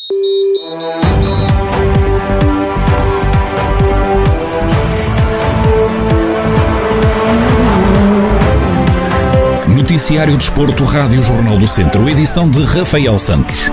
Noticiário Desporto, Rádio Jornal do Centro, edição de Rafael Santos.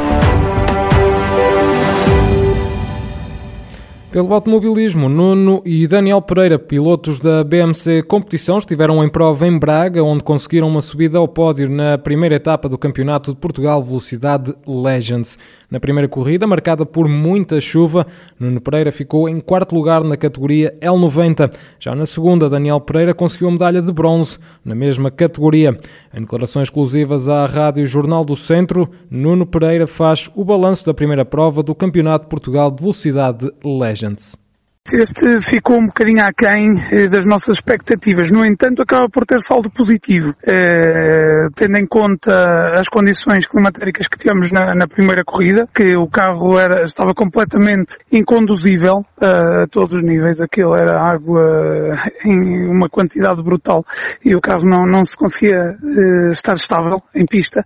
Pelo automobilismo, Nuno e Daniel Pereira, pilotos da BMC Competição, estiveram em prova em Braga, onde conseguiram uma subida ao pódio na primeira etapa do Campeonato de Portugal Velocidade Legends. Na primeira corrida, marcada por muita chuva, Nuno Pereira ficou em quarto lugar na categoria L90. Já na segunda, Daniel Pereira conseguiu a medalha de bronze na mesma categoria. Em declarações exclusivas à Rádio Jornal do Centro, Nuno Pereira faz o balanço da primeira prova do Campeonato de Portugal de Velocidade Legends. Este ficou um bocadinho aquém das nossas expectativas. No entanto, acaba por ter saldo positivo, tendo em conta as condições climatéricas que tivemos na primeira corrida, que o carro estava completamente inconduzível a todos os níveis. Aquilo era água em uma quantidade brutal e o carro não se conseguia estar estável em pista.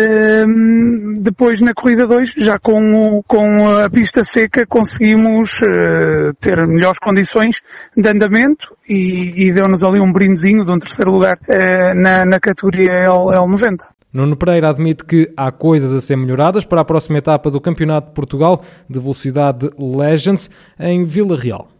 Depois, na corrida 2, já com a pista seca, conseguimos ter melhores condições de andamento e deu-nos ali um brindezinho de um terceiro lugar na categoria L90. Nuno Pereira admite que há coisas a ser melhoradas para a próxima etapa do Campeonato de Portugal de Velocidade Legends em Vila Real.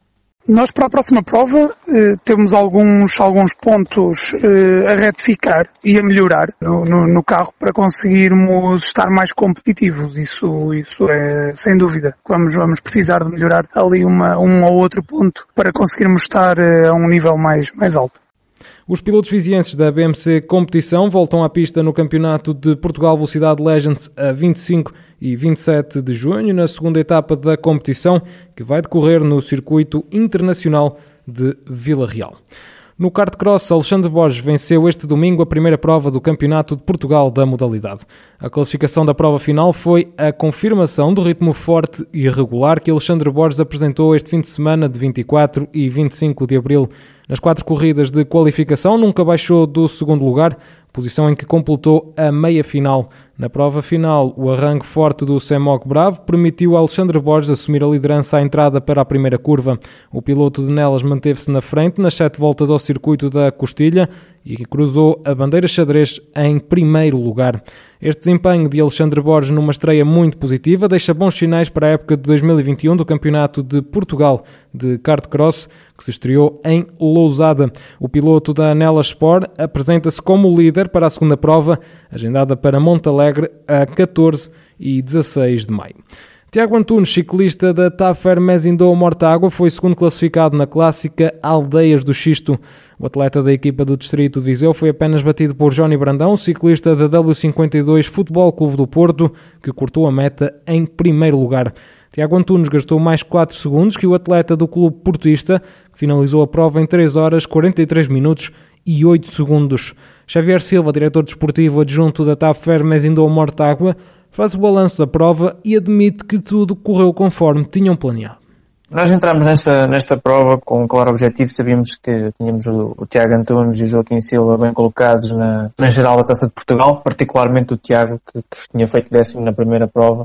Nós, para a próxima prova, temos alguns pontos a retificar e a melhorar no carro para conseguirmos estar mais competitivos. Isso é sem dúvida. Vamos precisar de melhorar ali um ou outro ponto para conseguirmos estar a um nível mais alto. Os pilotos vizienses da BMC Competição voltam à pista no Campeonato de Portugal Velocidade Legends a 25 e 27 de junho, na segunda etapa da competição, que vai decorrer no Circuito Internacional de Vila Real. No kart cross, Alexandre Borges venceu este domingo a primeira prova do Campeonato de Portugal da modalidade. A classificação da prova final foi a confirmação do ritmo forte e regular que Alexandre Borges apresentou este fim de semana de 24 e 25 de abril. Nas 4 corridas de qualificação, nunca baixou do segundo lugar, posição em que completou a meia-final. Na prova final, o arranque forte do Semoc Bravo permitiu a Alexandre Borges assumir a liderança à entrada para a primeira curva. O piloto de Nelas manteve-se na frente nas 7 voltas ao circuito da Costilha e cruzou a bandeira xadrez em primeiro lugar. Este desempenho de Alexandre Borges numa estreia muito positiva deixa bons sinais para a época de 2021 do Campeonato de Portugal de kart cross, que se estreou em Lousada. O piloto da Nelas Sport apresenta-se como líder para a segunda prova, agendada para Montalegre a 14 e 16 de maio. Tiago Antunes, ciclista da Tafer Mezindou Mortágua, foi segundo classificado na clássica Aldeias do Xisto. O atleta da equipa do Distrito de Viseu foi apenas batido por Johnny Brandão, ciclista da W52 Futebol Clube do Porto, que cortou a meta em primeiro lugar. Tiago Antunes gastou mais 4 segundos que o atleta do clube portista, que finalizou a prova em 3 horas, 43 minutos e 8 segundos. Xavier Silva, diretor desportivo adjunto da Tafer Mezindou Mortágua, faz o balanço da prova e admite que tudo correu conforme tinham planeado. Nós entramos nesta prova com um claro objetivo. Sabíamos que tínhamos o Tiago Antunes e o Joaquim Silva bem colocados na geral da Taça de Portugal, particularmente o Tiago, que tinha feito 10º na primeira prova.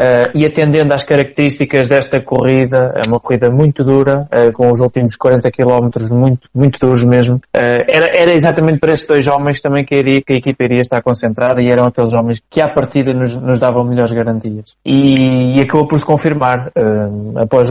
E atendendo às características desta corrida, é uma corrida muito dura, com os últimos 40 km muito, muito duros mesmo. Era exatamente para esses dois homens também que a equipa iria estar concentrada, e eram aqueles homens que à partida nos davam melhores garantias. E acabou por se confirmar, após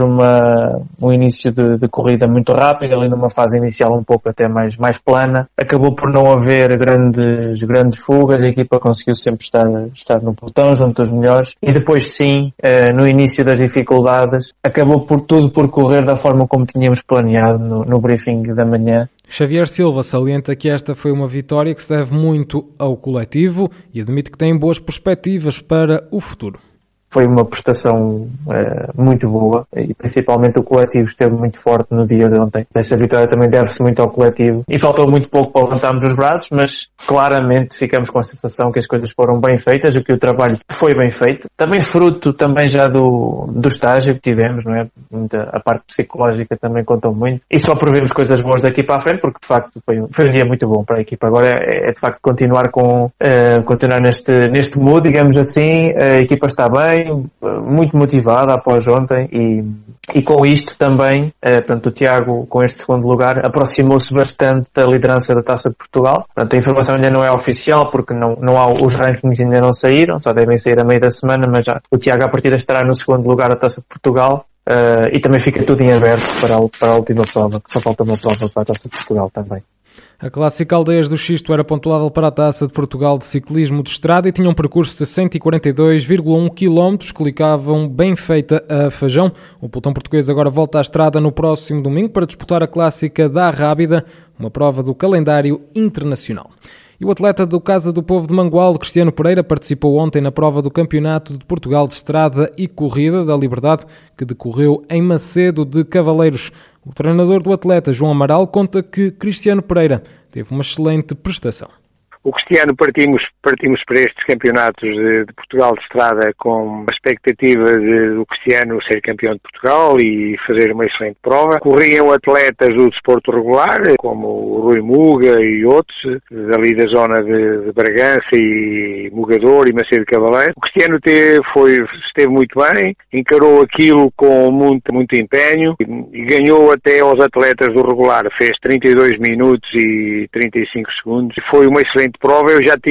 um início de corrida muito rápido, ali numa fase inicial um pouco até mais plana, acabou por não haver grandes fugas, a equipa conseguiu sempre estar no pelotão junto aos melhores, e depois sim, no início das dificuldades, acabou por correr da forma como tínhamos planeado no briefing da manhã. Xavier Silva salienta que esta foi uma vitória que se deve muito ao coletivo e admite que tem boas perspectivas para o futuro. Foi uma prestação muito boa, e principalmente o coletivo esteve muito forte no dia de ontem. Essa vitória também deve-se muito ao coletivo, e faltou muito pouco para levantarmos os braços, mas claramente ficamos com a sensação que as coisas foram bem feitas, que o trabalho foi bem feito. Também fruto já do estágio que tivemos, não é? A parte psicológica também contou muito, e só prevemos coisas boas daqui para a frente, porque de facto foi um dia muito bom para a equipa. Agora é de facto continuar neste mood, digamos assim. A equipa está bem, também muito motivada após ontem e com isto também, portanto, o Tiago, com este segundo lugar, aproximou-se bastante da liderança da Taça de Portugal. Portanto, a informação ainda não é oficial, porque não há, os rankings ainda não saíram, só devem sair a meio da semana, mas já o Tiago, à partida, estará no segundo lugar da Taça de Portugal. E também fica tudo em aberto para a última prova, que só falta uma prova para a Taça de Portugal também. A Clássica Aldeias do Xisto era pontuável para a Taça de Portugal de Ciclismo de Estrada e tinha um percurso de 142,1 km, que ligavam bem feita a Fajão. O pelotão português agora volta à estrada no próximo domingo para disputar a Clássica da Rábida, uma prova do calendário internacional. E o atleta do Casa do Povo de Mangualde, Cristiano Pereira, participou ontem na prova do Campeonato de Portugal de Estrada e Corrida da Liberdade, que decorreu em Macedo de Cavaleiros. O treinador do atleta, João Amaral, conta que Cristiano Pereira teve uma excelente prestação. O Cristiano partimos para estes campeonatos de Portugal de Estrada com a expectativa do Cristiano ser campeão de Portugal e fazer uma excelente prova. Corriam atletas do desporto regular, como o Rui Muga e outros, dali da zona de Bragança e Mugador e Macedo Cavaleiro. O Cristiano esteve muito bem, encarou aquilo com muito empenho e ganhou até aos atletas do regular. Fez 32 minutos e 35 segundos. Foi uma excelente prova. Eu já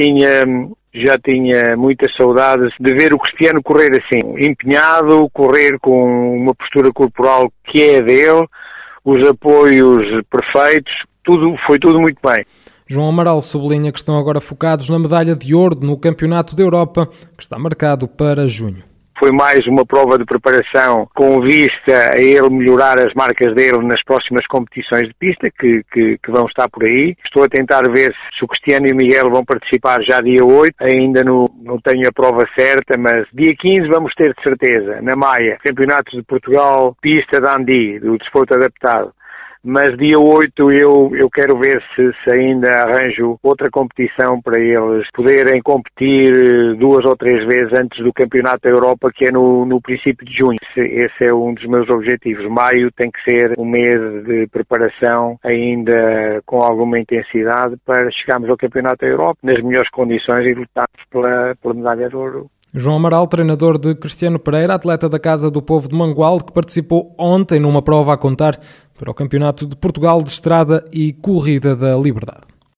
tinha muitas saudades de ver o Cristiano correr assim, empenhado, correr com uma postura corporal que é dele, os apoios perfeitos, foi tudo muito bem. João Amaral sublinha que estão agora focados na medalha de ouro no Campeonato da Europa, que está marcado para junho. Foi mais uma prova de preparação com vista a ele melhorar as marcas dele nas próximas competições de pista que vão estar por aí. Estou a tentar ver se o Cristiano e o Miguel vão participar já dia 8. Ainda não tenho a prova certa, mas dia 15 vamos ter de certeza, na Maia, Campeonatos de Portugal, pista da Andi, do desporto adaptado. Mas dia 8 eu quero ver se ainda arranjo outra competição para eles poderem competir 2 ou 3 vezes antes do Campeonato da Europa, que é no princípio de junho. Esse é um dos meus objetivos. Maio tem que ser um mês de preparação ainda com alguma intensidade para chegarmos ao Campeonato da Europa nas melhores condições e lutarmos pela medalha de ouro. João Amaral, treinador de Cristiano Pereira, atleta da Casa do Povo de Mangualde, que participou ontem numa prova a contar para o Campeonato de Portugal de Estrada e Corrida da Liberdade.